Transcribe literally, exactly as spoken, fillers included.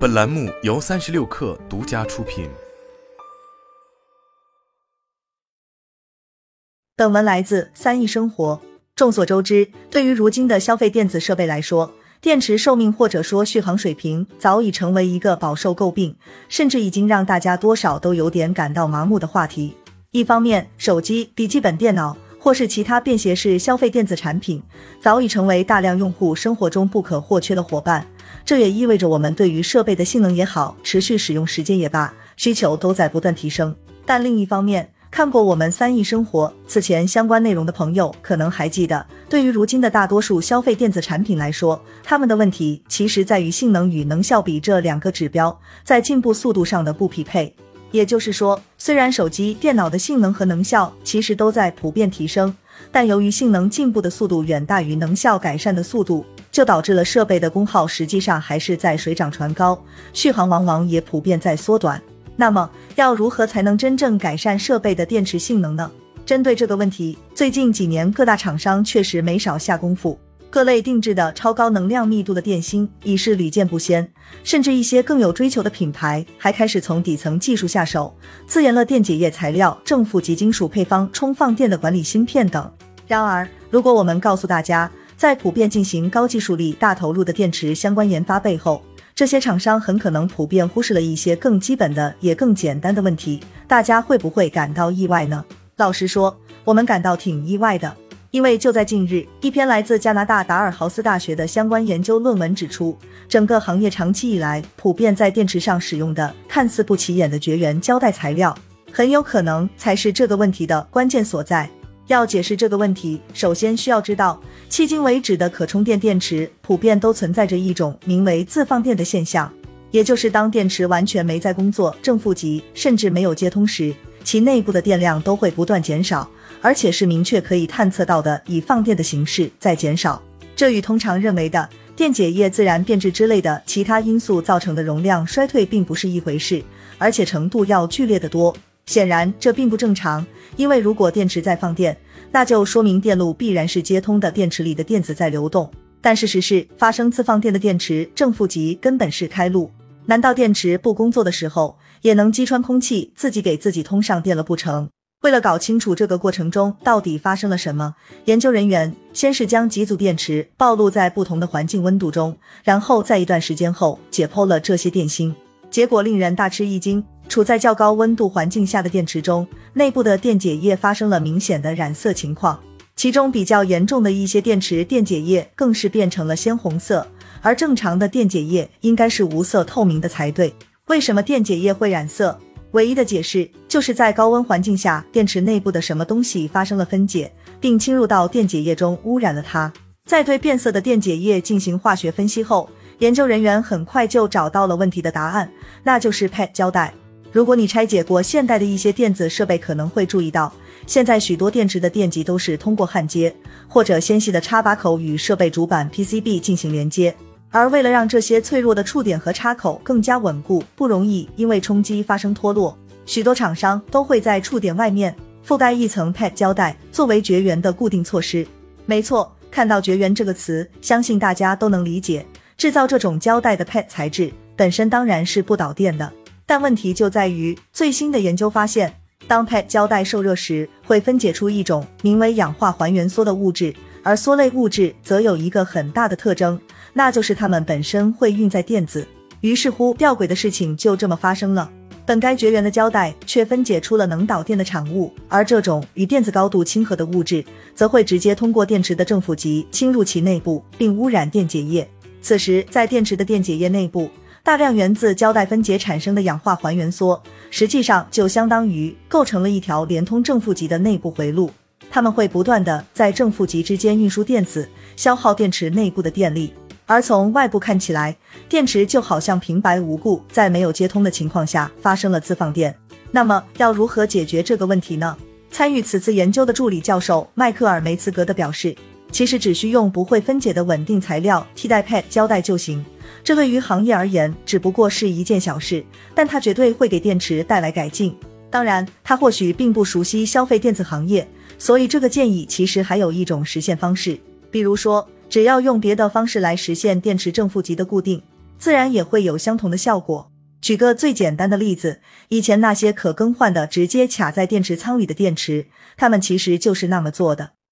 本栏目由三十六氪独家出品。 本文来自三亿生活。众所周知，对于如今的消费电子设备来说，电池寿命或者说续航水平早已成为一个饱受诟病，甚至已经让大家多少都有点感到麻木的话题。一方面，手机、笔记本电脑或是其他便携式消费电子产品早已成为大量用户生活中不可或缺的伙伴，这也意味着我们对于设备的性能也好，持续使用时间也罢，需求都在不断提升。但另一方面，看过我们三亿生活此前相关内容的朋友可能还记得，对于如今的大多数消费电子产品来说，他们的问题其实在于性能与能效比这两个指标在进步速度上的不匹配。也就是说，虽然手机、电脑的性能和能效其实都在普遍提升，但由于性能进步的速度远大于能效改善的速度，就导致了设备的功耗实际上还是在水涨船高，续航往往也普遍在缩短。那么要如何才能真正改善设备的电池性能呢？针对这个问题，最近几年各大厂商确实没少下功夫，各类定制的超高能量密度的电芯已是屡见不鲜，甚至一些更有追求的品牌还开始从底层技术下手，自研了电解液材料、正负极金属配方、充放电的管理芯片等。然而，如果我们告诉大家，在普遍进行高技术力、大投入的电池相关研发背后，这些厂商很可能普遍忽视了一些更基本的也更简单的问题，大家会不会感到意外呢？老实说，我们感到挺意外的。因为就在近日，一篇来自加拿大达尔豪斯大学的相关研究论文指出，整个行业长期以来普遍在电池上使用的看似不起眼的绝缘胶带材料，很有可能才是这个问题的关键所在。要解释这个问题，首先需要知道，迄今为止的可充电电池普遍都存在着一种名为自放电的现象，也就是当电池完全没在工作，正负极甚至没有接通时，其内部的电量都会不断减少，而且是明确可以探测到的以放电的形式在减少。这与通常认为的电解液自然变质之类的其他因素造成的容量衰退并不是一回事，而且程度要剧烈得多。显然这并不正常，因为如果电池在放电，那就说明电路必然是接通的，电池里的电子在流动。但事实是，发生自放电的电池正负极根本是开路，难道电池不工作的时候也能击穿空气，自己给自己通上电了不成？为了搞清楚这个过程中到底发生了什么，研究人员先是将几组电池暴露在不同的环境温度中，然后在一段时间后解剖了这些电芯。结果令人大吃一惊，处在较高温度环境下的电池中，内部的电解液发生了明显的染色情况，其中比较严重的一些电池电解液更是变成了鲜红色，而正常的电解液应该是无色透明的才对。为什么电解液会染色？唯一的解释就是在高温环境下，电池内部的什么东西发生了分解，并侵入到电解液中，污染了它。在对变色的电解液进行化学分析后，研究人员很快就找到了问题的答案，那就是 P E T 胶带。如果你拆解过现代的一些电子设备，可能会注意到，现在许多电池的电极都是通过焊接或者纤细的插拔口与设备主板 P C B 进行连接，而为了让这些脆弱的触点和插口更加稳固，不容易因为冲击发生脱落，许多厂商都会在触点外面覆盖一层 P E T 胶带，作为绝缘的固定措施。没错，看到绝缘这个词，相信大家都能理解，制造这种胶带的 P E T 材质本身当然是不导电的，但问题就在于，最新的研究发现，当 P E T 胶带受热时，会分解出一种名为氧化还原缩的物质，而缩类物质则有一个很大的特征，那就是它们本身会运载电子。于是乎，吊诡的事情就这么发生了，本该绝缘的胶带却分解出了能导电的产物，而这种与电子高度亲和的物质，则会直接通过电池的正负极侵入其内部，并污染电解液。此时，在电池的电解液内部，大量源自胶带分解产生的氧化还原缩，实际上就相当于构成了一条连通正负极的内部回路，它们会不断的在正负极之间运输电子，消耗电池内部的电力。而从外部看起来，电池就好像平白无故在没有接通的情况下发生了自放电。那么要如何解决这个问题呢？参与此次研究的助理教授迈克尔梅茨格德表示，其实只需用不会分解的稳定材料替代 P E T 胶带就行，这对于行业而言只不过是一件小事，但它绝对会给电池带来改进。当然，他或许并不熟悉消费电子行业，所以这个建议其实还有一种实现方式，比如说只要用别的方式来实现电池正负极的固定， 自然也会有相同的效果。举个最简单的例子，以前那些可更换的直接卡在电池仓里的电池，它们其实就是那么做的。